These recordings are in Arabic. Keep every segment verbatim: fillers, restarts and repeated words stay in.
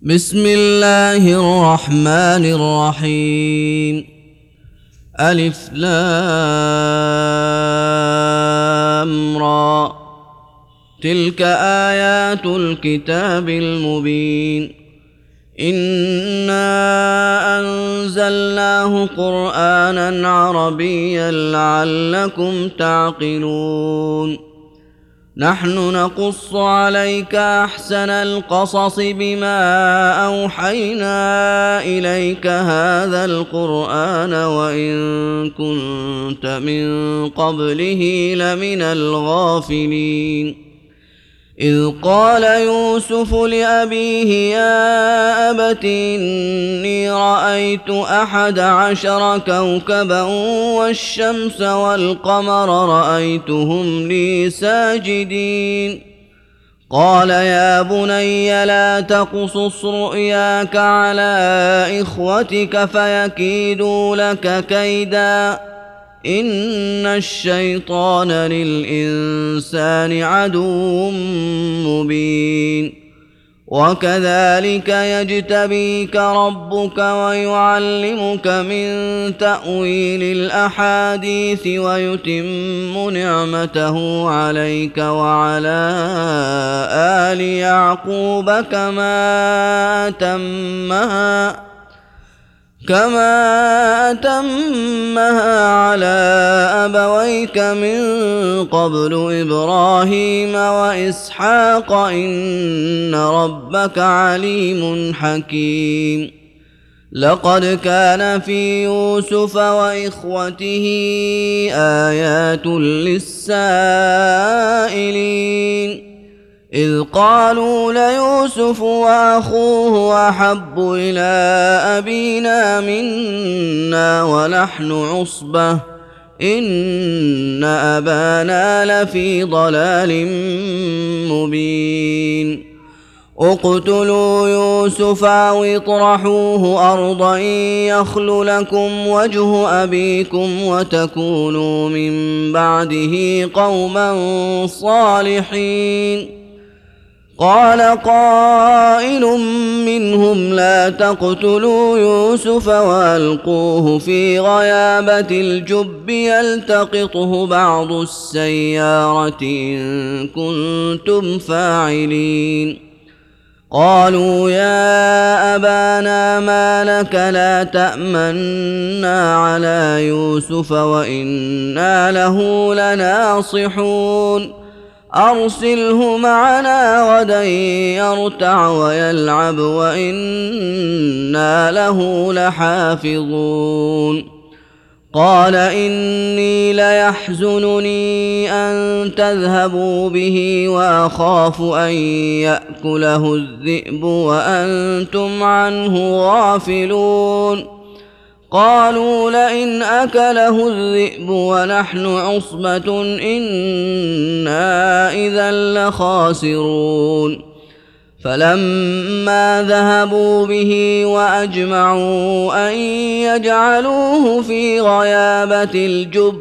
بسم الله الرحمن الرحيم. ألف لام را. تلك آيات الكتاب المبين. إنا أنزلناه قرآنا عربيا لعلكم تعقلون. نحن نقص عليك أحسن القصص بما أوحينا إليك هذا القرآن وإن كنت من قبله لمن الغافلين. إذ قال يوسف لأبيه يا أبت إني رأيت أحد عشر كوكبا والشمس والقمر رأيتهم لي ساجدين. قال يا بني لا تقصص رؤياك على إخوتك فيكيدوا لك كيدا إن الشيطان للإنسان عدو مبين. وكذلك يجتبيك ربك ويعلمك من تأويل الأحاديث ويتم نعمته عليك وعلى آل يعقوب كما أتمها كما أتمها على أبويك من قبل إبراهيم وإسحاق إن ربك عليم حكيم. لقد كان في يوسف وإخوته آيات للسائلين إذ قالوا ليوسف وأخوه أحب إلى أبينا منا ونحن عصبة إن أبانا لفي ضلال مبين. اقتلوا يوسف أو اطرحوه أرضا يخل لكم وجه أبيكم وتكونوا من بعده قوما صالحين. قال قائل منهم لا تقتلوا يوسف وألقوه في غيابة الجب يلتقطه بعض السيارة إن كنتم فاعلين. قالوا يا أبانا ما لك لا تأمنا على يوسف وإنا له لناصحون. أرسله معنا غدا يرتع ويلعب وإنا له لحافظون. قال إني ليحزنني أن تذهبوا به وأخاف أن يأكله الذئب وأنتم عنه غافلون. قالوا لئن أكله الذئب ونحن عصبة إنا إذا لخاسرون. فلما ذهبوا به وأجمعوا أن يجعلوه في غيابة الجب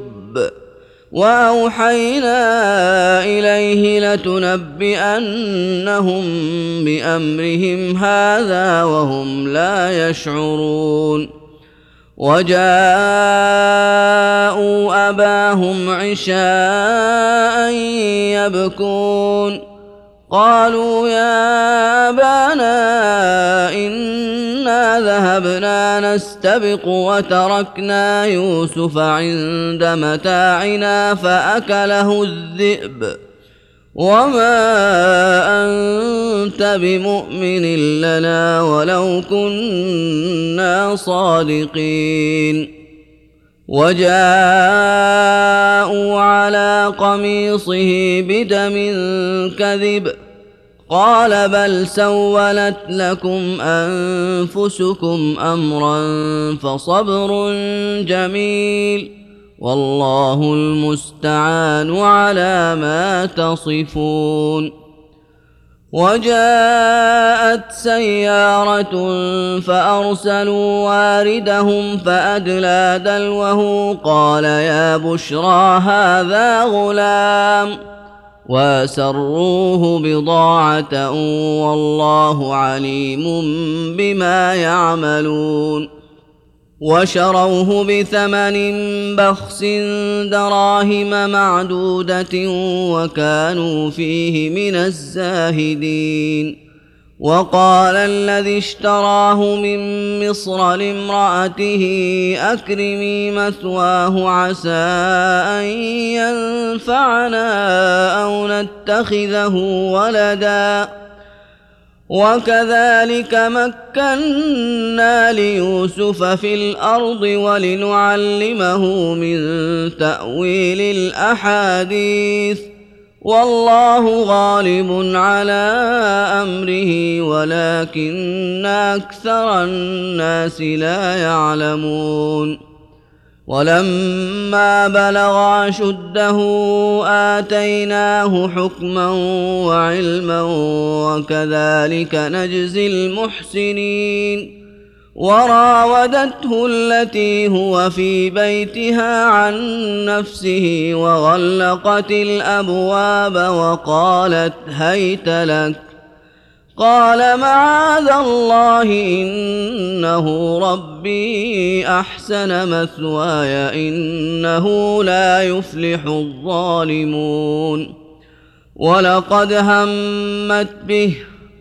وأوحينا إليه لتنبئنهم بأمرهم هذا وهم لا يشعرون. وجاءوا أباهم عشاء يبكون. قالوا يا أبانا إنا ذهبنا نستبق وتركنا يوسف عند متاعنا فأكله الذئب وما أنت بمؤمن لنا ولو كنا صادقين. وجاءوا على قميصه بدم كذب قال بل سولت لكم أنفسكم أمرا فصبر جميل والله المستعان على ما تصفون. وجاءت سيارة فأرسلوا واردهم فأدلى دلوه قال يا بشرى هذا غلام وأسروه بضاعة والله عليم بما يعملون. وشروه بثمن بخس دراهم معدودة وكانوا فيه من الزاهدين. وقال الذي اشتراه من مصر لامرأته أكرمي مثواه عسى أن ينفعنا أو نتخذه ولدا وكذلك مكنا ليوسف في الأرض ولنعلمه من تأويل الأحاديث والله غالب على أمره ولكن أكثر الناس لا يعلمون. ولما بلغ أشده آتيناه حكما وعلما وكذلك نجزي المحسنين. وراودته التي هو في بيتها عن نفسه وغلقت الأبواب وقالت هيت لك قال معاذ الله إنه ربي أحسن مثواي إنه لا يفلح الظالمون. ولقد همت به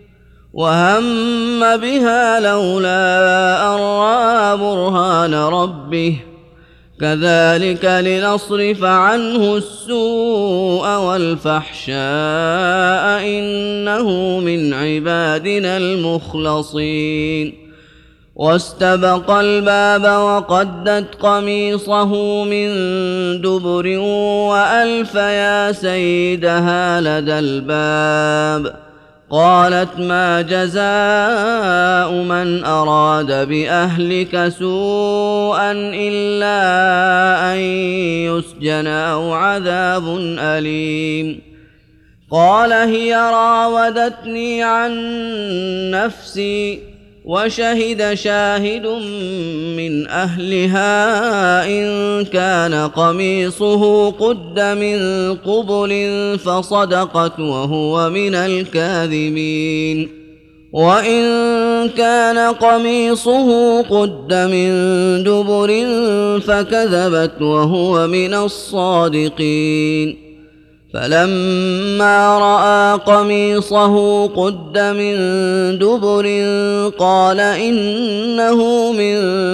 وهم بها لولا أن رأى برهان ربه كذلك لنصرف عنه السوء والفحشاء إنه من عبادنا المخلصين. واستبق الباب وقدت قميصه من دبر وألف يا سيدها لدى الباب قالت ما جزاء من أراد بأهلك سوءا إلا أن يسجن أو عذاب أليم. قال هي راودتني عن نفسي وشهد شاهد من أهلها إن كان قميصه قد من قبل فصدقت وهو من الكاذبين وإن كان قميصه قد من دبر فكذبت وهو من الصادقين. فلما رأى قميصه قد من دبر قال إنه من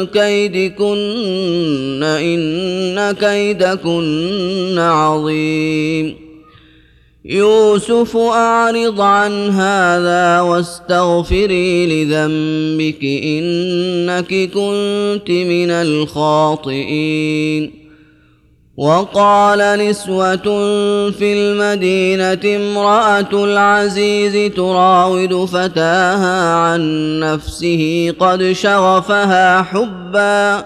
كيدكن إن كيدكن عظيم. يوسف أعرض عن هذا واستغفري لذنبك إنك كنت من الخاطئين. وقال نسوة في المدينة امرأة العزيز تراود فتاها عن نفسه قد شغفها حبا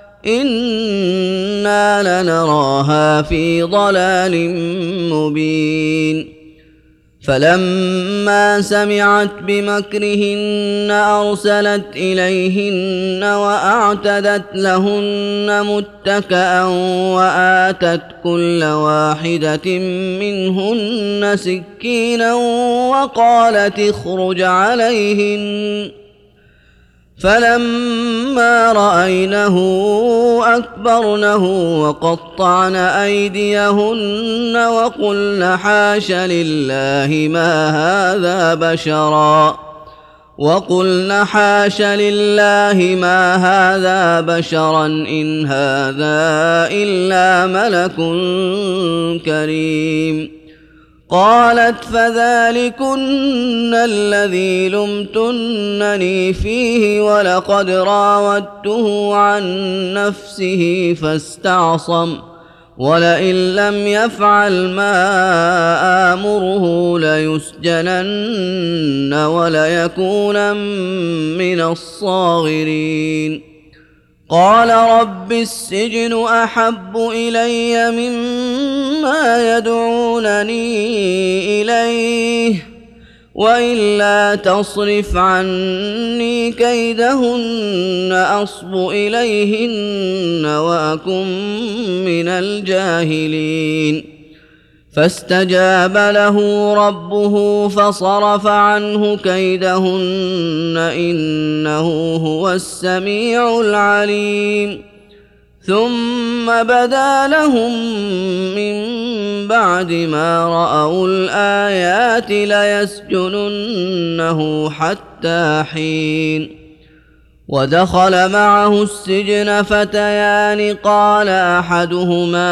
إنا لنراها في ضلال مبين. فلما سمعت بمكرهن أرسلت إليهن وأعتدت لهن متكأ وآتت كل واحدة منهن سكينا وقالت اخرج عليهن. فلما رأينه أكبرنه وقطعن أيديهن وقلن حاش لله ما هذا بشرا وقلن حاش لله ما هذا بشرا إن هذا إلا ملك كريم. قالت فذلكن الذي لمتنني فيه ولقد راودته عن نفسه فاستعصم ولئن لم يفعل ما آمره ليسجنن وليكونن من الصاغرين. قال رب السجن أحب إلي مما يدعونني إليه وإلا تصرف عني كيدهن أصب إليهن وأكن من الجاهلين. فاستجاب له ربه فصرف عنه كيدهن إنه هو السميع العليم. ثم بدا لهم من بعد ما رأوا الآيات ليسجننه حتى حين. ودخل معه السجن فتيان قال أحدهما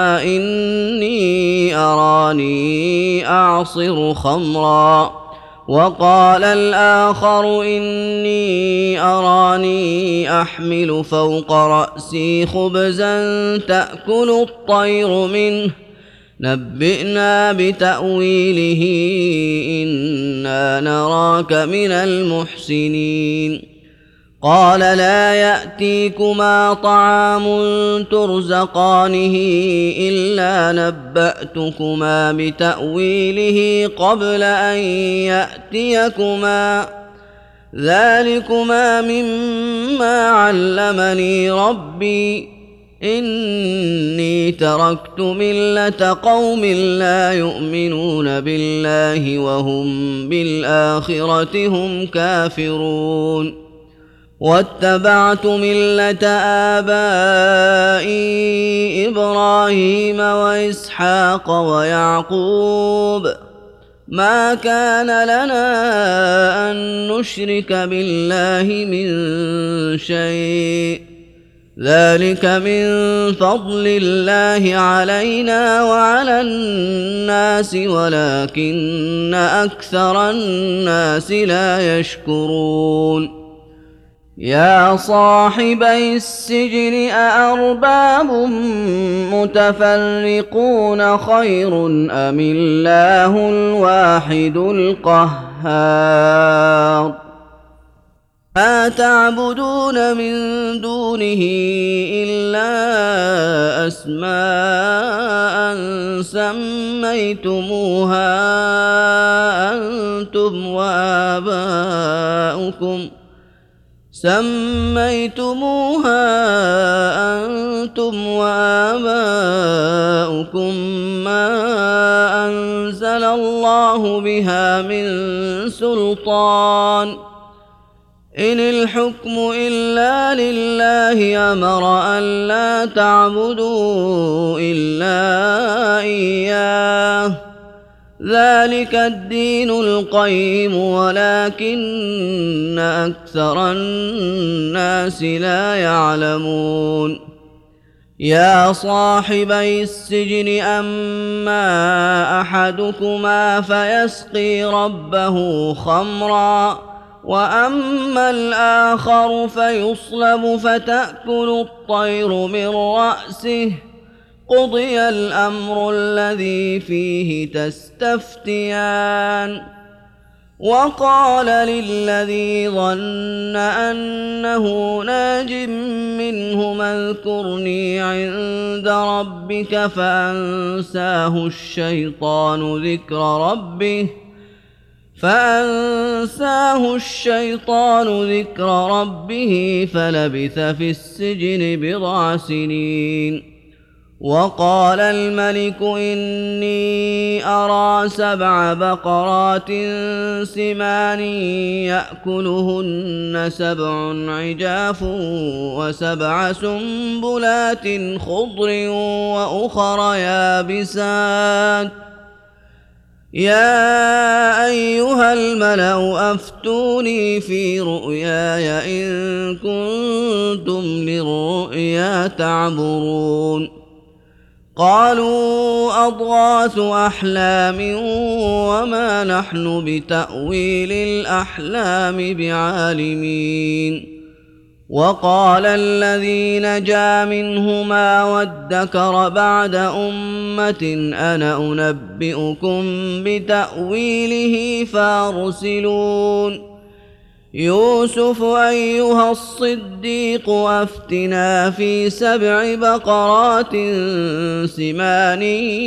إني أراني أعصر خمرا وقال الآخر إني أراني أحمل فوق رأسي خبزا تأكل الطير منه نبئنا بتأويله إنا نراك من المحسنين. قال لا يأتيكما طعام ترزقانه إلا نبأتكما بتأويله قبل أن يأتيكما ذلكما مما علمني ربي إني تركت ملة قوم لا يؤمنون بالله وهم بالآخرة هم كافرون. واتبعت ملة آبائي إبراهيم وإسحاق ويعقوب ما كان لنا أن نشرك بالله من شيء ذلك من فضل الله علينا وعلى الناس ولكن أكثر الناس لا يشكرون. يا صاحبي السجن أأرباب متفرقون خير أم الله الواحد القهار ما تعبدون من دونه إلا أسماء سميتموها أنتم وآباؤكم سميتموها أنتم وآباؤكم ما أنزل الله بها من سلطان إن الحكم إلا لله أمر أن لا تعبدوا إلا إياه ذلك الدين القيم ولكن أكثر الناس لا يعلمون. يا صاحبي السجن أما أحدكما فيسقي ربه خمرا وأما الآخر فيصلب فتأكل الطير من رأسه قضي الأمر الذي فيه تستفتيان. وقال للذي ظن أنه ناج منهما اذكرني عند ربك فأنساه الشيطان ذكر ربه فأنساه الشيطان ذكر ربه فلبث في السجن بضع سنين. وقال الملك إني أرى سبع بقرات سمان يأكلهن سبع عجاف وسبع سنبلات خضر وأخر يابسات يا أيها الملأ أفتوني في رؤياي إن كنتم للرؤيا تعبرون. قالوا أضغاث أحلام وما نحن بتأويل الأحلام بعالمين. وقال الذي نجا منهما وادكر بعد أمة أنا أنبئكم بتأويله فارسلون. يوسف أيها الصديق أفتنا في سبع بقرات سمان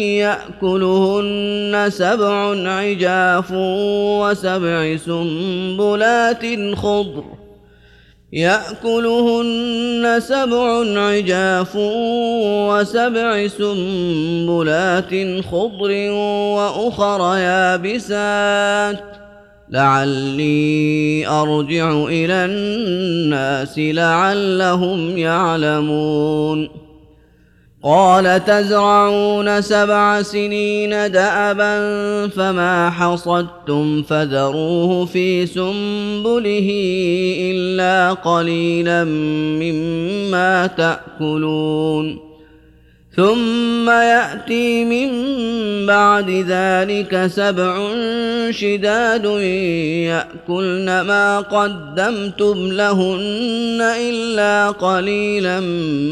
يأكلهن سبع عجاف وسبع سنبلات خضر يأكلهن سبع عجاف وسبع سنبلات خضر وأخر يابسات لعلي أرجع إلى الناس لعلهم يعلمون قال تزرعون سبع سنين دأبا فما حصدتم فذروه في سنبله إلا قليلا مما تأكلون ثم يأتي من بعد ذلك سبع شداد يأكلن ما قدمتم لهن إلا قليلا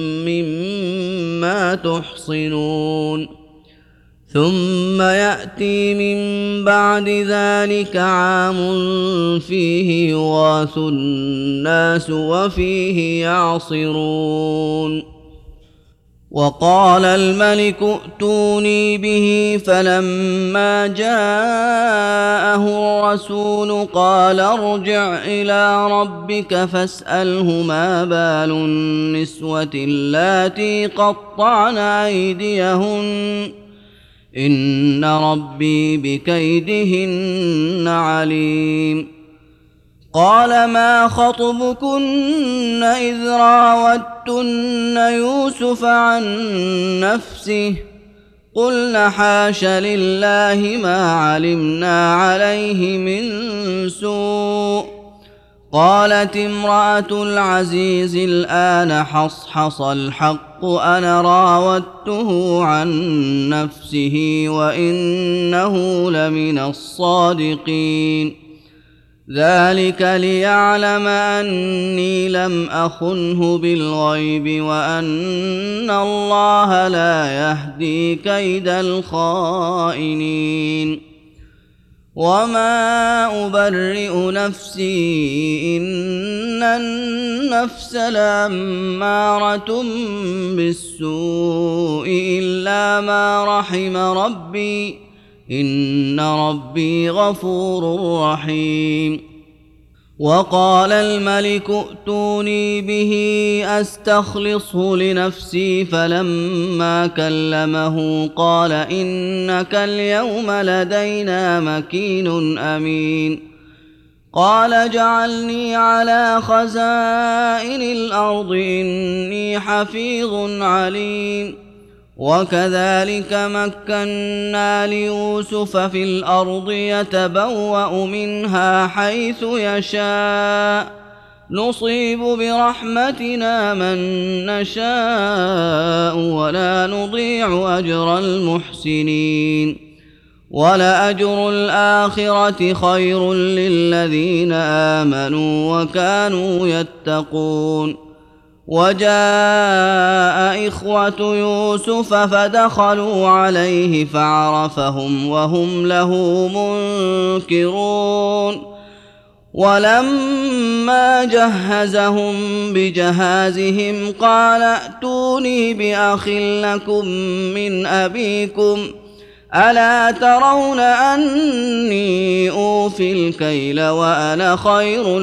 مما تحصنون ثم يأتي من بعد ذلك عام فيه يغاث الناس وفيه يعصرون وقال الملك ائتوني به فلما جاءه الرسول قال ارجع إلى ربك فاسأله ما بال النسوة اللاتي قطعن أيديهن إن ربي بكيدهن عليم قال ما خطبكن إذ راوتن يوسف عن نفسه قلن حاش لله ما علمنا عليه من سوء قالت امرأة العزيز الآن حصحص الحق أنا راودته عن نفسه وإنه لمن الصادقين ذلك ليعلم أني لم أخنه بالغيب وأن الله لا يهدي كيد الخائنين وما أبرئ نفسي إن النفس لأمارة بالسوء إلا ما رحم ربي إن ربي غفور رحيم وقال الملك ائتوني به أستخلصه لنفسي فلما كلمه قال إنك اليوم لدينا مكين أمين قال اجعلني على خزائن الأرض إني حفيظ عليم وكذلك مكنا ليوسف في الأرض يتبوأ منها حيث يشاء نصيب برحمتنا من نشاء ولا نضيع أجر المحسنين ولأجر الآخرة خير للذين آمنوا وكانوا يتقون وجاء إخوة يوسف فدخلوا عليه فعرفهم وهم له منكرون ولما جهزهم بجهازهم قال ائتوني بأخ لكم من أبيكم ألا ترون أني أوفي الكيل وأنا خير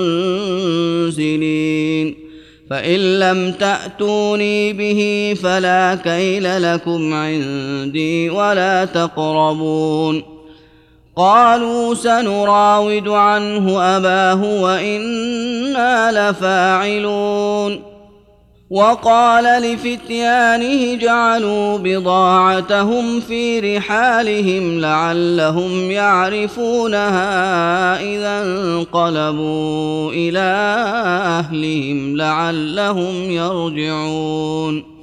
المنزلين فإن لم تأتوني به فلا كيل لكم عندي ولا تقربون قالوا سنراود عنه أباه وإنا لفاعلون وقال لفتيانه جعلوا بضاعتهم في رحالهم لعلهم يعرفونها إذا انقلبوا إلى أهلهم لعلهم يرجعون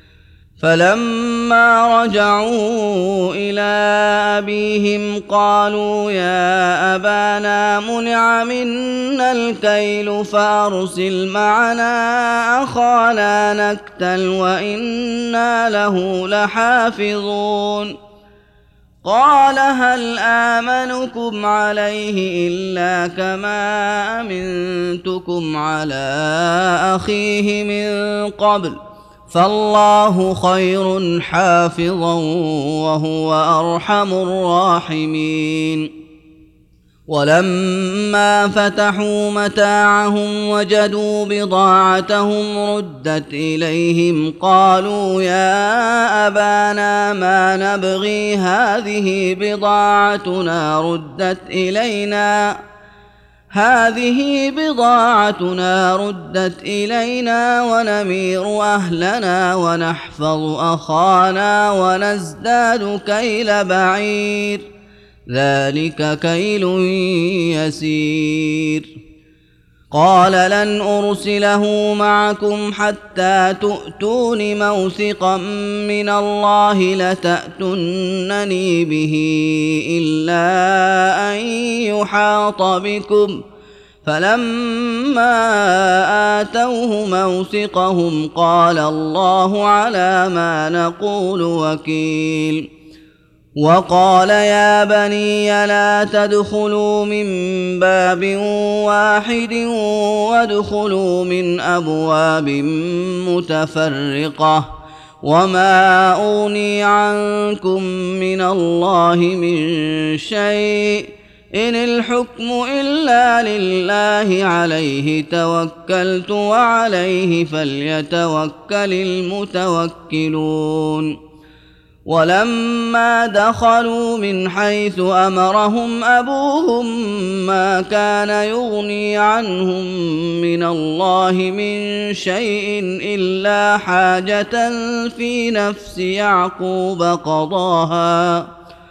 فلما رجعوا إلى أبيهم قالوا يا أبانا منع منا الكيل فأرسل معنا أخانا نكتل وإنا له لحافظون قال هل آمنكم عليه إلا كما أمنتكم على أخيه من قبل فالله خير حافظا وهو أرحم الراحمين ولما فتحوا متاعهم وجدوا بضاعتهم ردت إليهم قالوا يا أبانا ما نبغي هذه بضاعتنا ردت إلينا هذه بضاعتنا ردت إلينا ونمير أهلنا ونحفظ أخانا ونزداد كيل بعير ذلك كيل يسير. قال لن أرسله معكم حتى تؤتون موثقا من الله لتأتونني به إلا أن يحاط بكم. فلما آتوه موثقهم قال الله على ما نقول وكيل. وقال يا بني لا تدخلوا من باب واحد وادخلوا من أبواب متفرقة وما أغني عنكم من الله من شيء إن الحكم إلا لله عليه توكلت وعليه فليتوكل المتوكلون. ولما دخلوا من حيث أمرهم أبوهم ما كان يغني عنهم من الله من شيء إلا حاجة في نفس يعقوب قضاها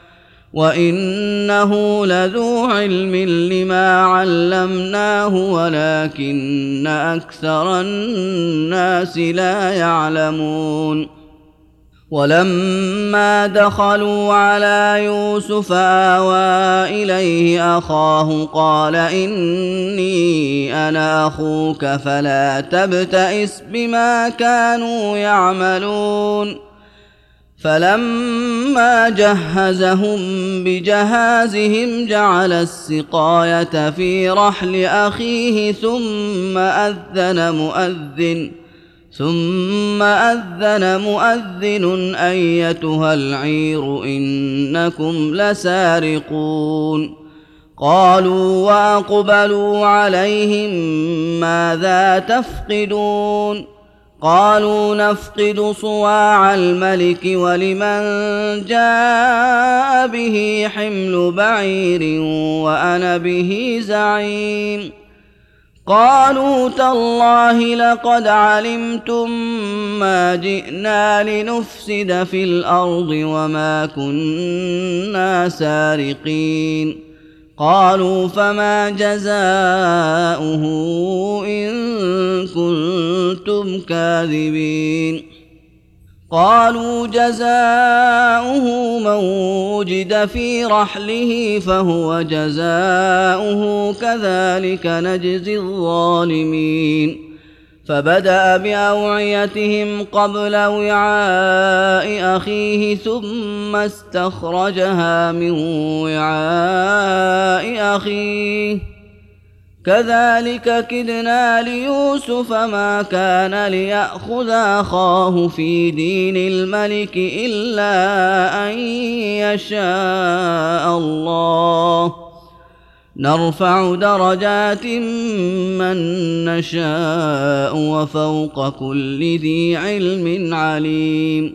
وإنه لذو علم لما علمناه ولكن أكثر الناس لا يعلمون. ولما دخلوا على يوسف آوى إليه أخاه قال إني أنا أخوك فلا تبتئس بما كانوا يعملون. فلما جهزهم بجهازهم جعل السقاية في رحل أخيه ثم أذن مؤذن ثم أذن مؤذن أيتها العير إنكم لسارقون. قالوا وأقبلوا عليهم ماذا تفقدون؟ قالوا نفقد صواع الملك ولمن جاء به حمل بعير وأنا به زعيم. قالوا تالله لقد علمتم ما جئنا لنفسد في الأرض وما كنا سارقين. قالوا فما جزاؤه إن كنتم كاذبين؟ قالوا جزاؤه من وجد في رحله فهو جزاؤه كذلك نجزي الظالمين. فبدأ بأوعيتهم قبل وعاء أخيه ثم استخرجها من وعاء أخيه كذلك كدنا ليوسف ما كان ليأخذ أخاه في دين الملك إلا أن يشاء الله نرفع درجات من نشاء وفوق كل ذي علم عليم.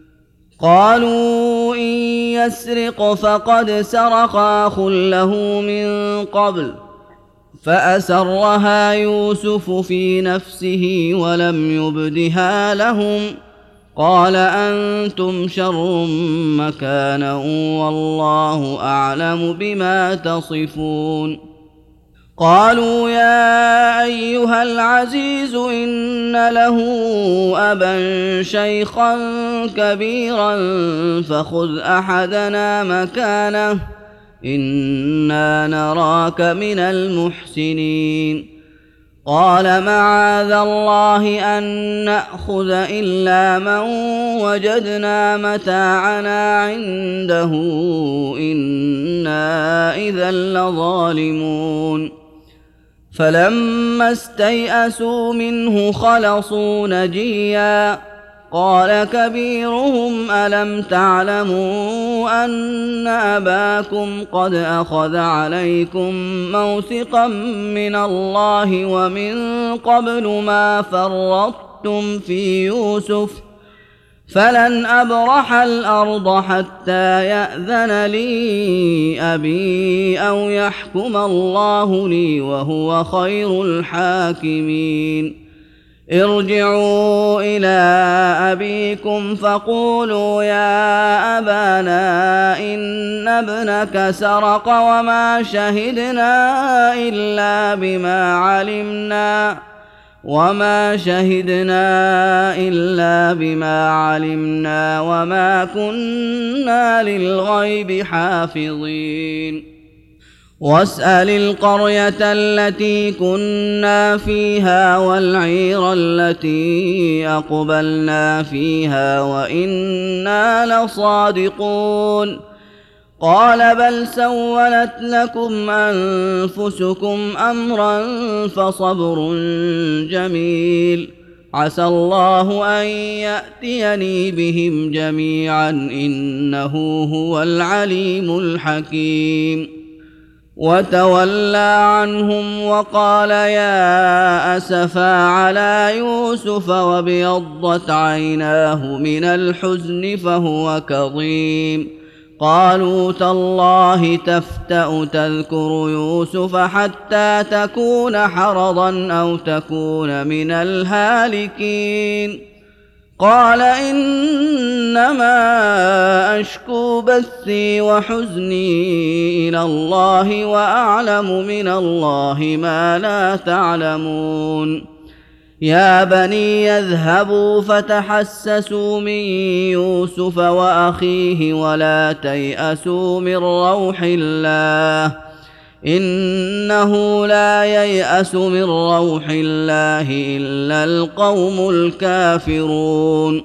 قالوا إن يسرق فقد سرق أخ له من قبل فأسرها يوسف في نفسه ولم يبدها لهم قال أنتم شر مكانا والله أعلم بما تصفون. قالوا يا أيها العزيز إن له أبا شيخا كبيرا فخذ أحدنا مكانه إنا نراك من المحسنين. قال معاذ الله أن نأخذ إلا من وجدنا متاعنا عنده إنا إذا لظالمون. فلما استيئسوا منه خلصوا نجيا قال كبيرهم ألم تعلموا أن أباكم قد أخذ عليكم موثقا من الله ومن قبل ما فرطتم في يوسف فلن أبرح الأرض حتى يأذن لي أبي أو يحكم الله لي وهو خير الحاكمين ارجعوا إلى أبيكم فقولوا يا أبانا إن ابنك سرق وما شهدنا إلا بما علمنا وما شهدنا إلا بما علمنا وما كنا للغيب حافظين واسأل القرية التي كنا فيها والعير التي أقبلنا فيها وإنا لصادقون قال بل سولت لكم أنفسكم أمرا فصبر جميل عسى الله أن يأتيني بهم جميعا إنه هو العليم الحكيم وتولى عنهم وقال يا أسفا على يوسف وابيضت عيناه من الحزن فهو كظيم قالوا تالله تفتأ تذكر يوسف حتى تكون حرضا أو تكون من الهالكين قال إنما أشكو بثي وحزني إلى الله وأعلم من الله ما لا تعلمون يا بني يذهبوا فتحسسوا من يوسف وأخيه ولا تيأسوا من روح الله إنه لا ييأس من روح الله إلا القوم الكافرون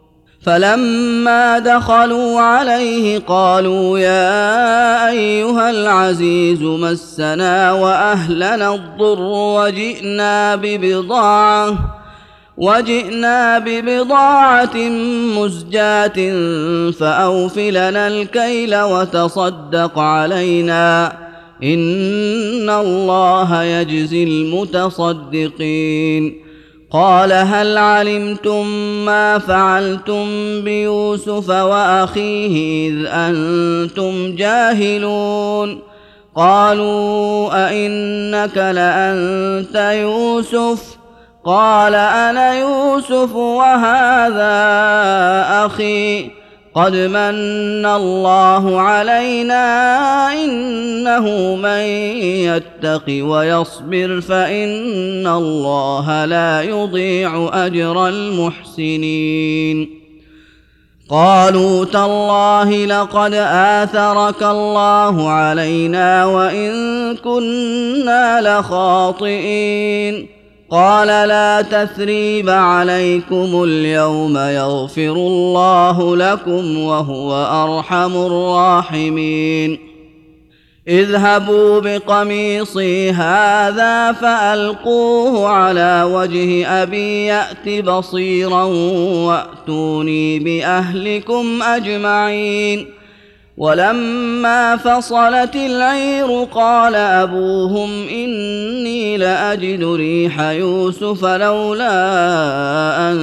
فلما دخلوا عليه قالوا يا أيها العزيز مسنا وأهلنا الضر وجئنا ببضاعة وجئنا ببضاعة مزجاة فأوف لنا الكيل وتصدق علينا إن الله يجزي المتصدقين قال هل علمتم ما فعلتم بيوسف وأخيه إذ أنتم جاهلون قالوا أئنك لأنت يوسف قال أنا يوسف وهذا أخي قد من الله علينا إنه من يتق ويصبر فإن الله لا يضيع أجر المحسنين قالوا تالله لقد آثرك الله علينا وإن كنا لخاطئين قال لا تثريب عليكم اليوم يغفر الله لكم وهو أرحم الراحمين اذهبوا بقميصي هذا فألقوه على وجه أبي يأت بصيرا وأتوني بأهلكم أجمعين ولما فصلت العير قال أبوهم إني لأجد ريح يوسف لولا أن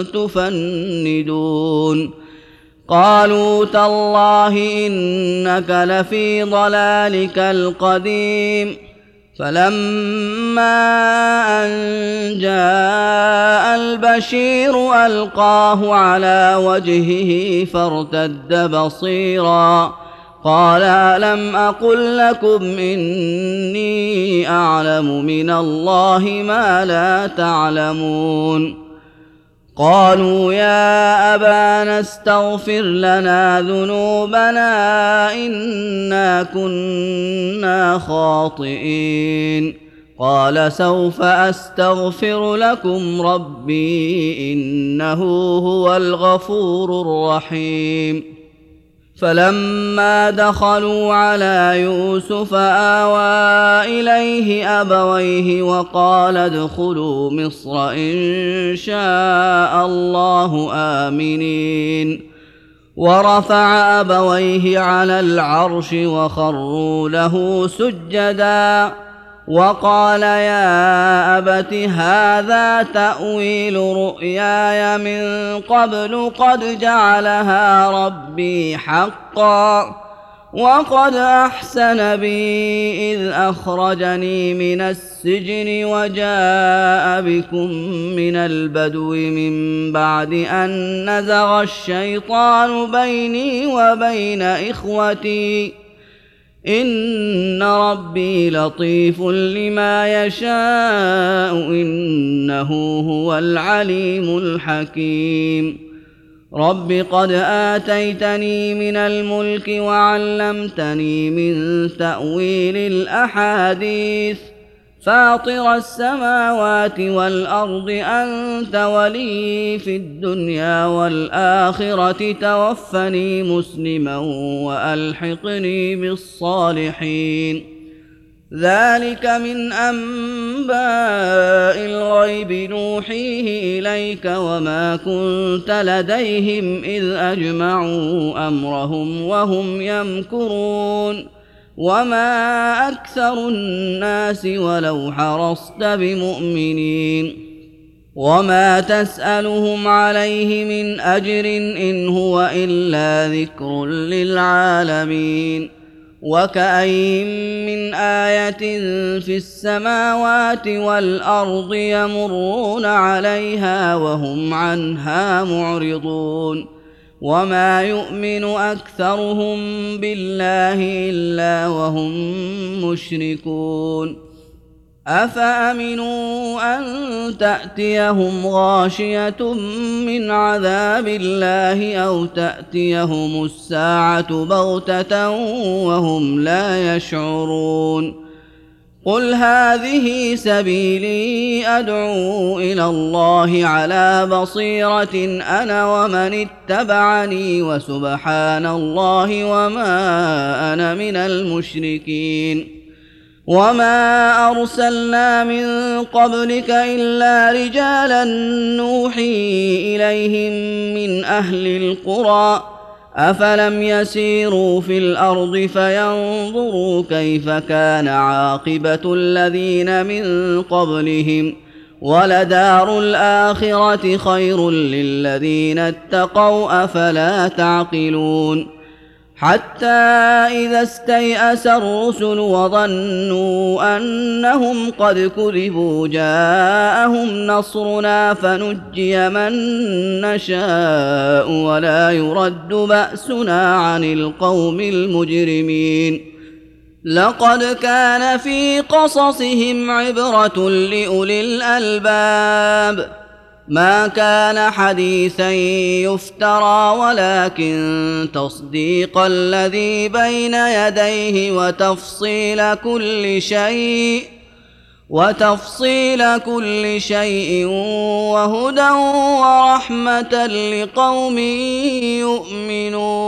تفندون قالوا تالله إنك لفي ضلالك القديم فلما أن جاء البشير ألقاه على وجهه فارتد بصيرا قال ألم أقل لكم إني أعلم من الله ما لا تعلمون قالوا يا أبانا استغفر لنا ذنوبنا إنا كنا خاطئين قال سوف أستغفر لكم ربي إنه هو الغفور الرحيم فلما دخلوا على يوسف آوى إليه أبويه وقال ادخلوا مصر إن شاء الله آمنين ورفع أبويه على العرش وخروا له سجدا وقال يا أبت هذا تأويل رؤياي من قبل قد جعلها ربي حقا وقد أحسن بي إذ أخرجني من السجن وجاء بكم من البدو من بعد أن نزغ الشيطان بيني وبين إخوتي إن ربي لطيف لما يشاء إنه هو العليم الحكيم رب قد آتيتني من الملك وعلمتني من تأويل الأحاديث فاطر السماوات والأرض أنت ولي في الدنيا والآخرة توفني مسلما وألحقني بالصالحين ذلك من أنباء الغيب نوحيه إليك وما كنت لديهم إذ أجمعوا أمرهم وهم يمكرون وما أكثر الناس ولو حرصت بمؤمنين وما تسألهم عليه من أجر إن هو إلا ذكر للعالمين وكأين من آية في السماوات والأرض يمرون عليها وهم عنها معرضون وما يؤمن أكثرهم بالله إلا وهم مشركون أفأمنوا أن تأتيهم غاشية من عذاب الله أو تأتيهم الساعة بغتة وهم لا يشعرون قل هذه سبيلي أدعو إلى الله على بصيرة أنا ومن اتبعني وسبحان الله وما أنا من المشركين وما أرسلنا من قبلك إلا رجالا نوحي إليهم من أهل القرى أفلم يسيروا في الأرض فينظروا كيف كان عاقبة الذين من قبلهم ولدار الآخرة خير للذين اتقوا أفلا تعقلون حتى إذا استيأس الرسل وظنوا أنهم قد كذبوا جاءهم نصرنا فنجي من نشاء ولا يرد بأسنا عن القوم المجرمين لقد كان في قصصهم عبرة لأولي الألباب ما كان حديثا يفترى ولكن تصديق الذي بين يديه وتفصيل كل شيء وتفصيل كل شيء وهدى ورحمة لقوم يؤمنون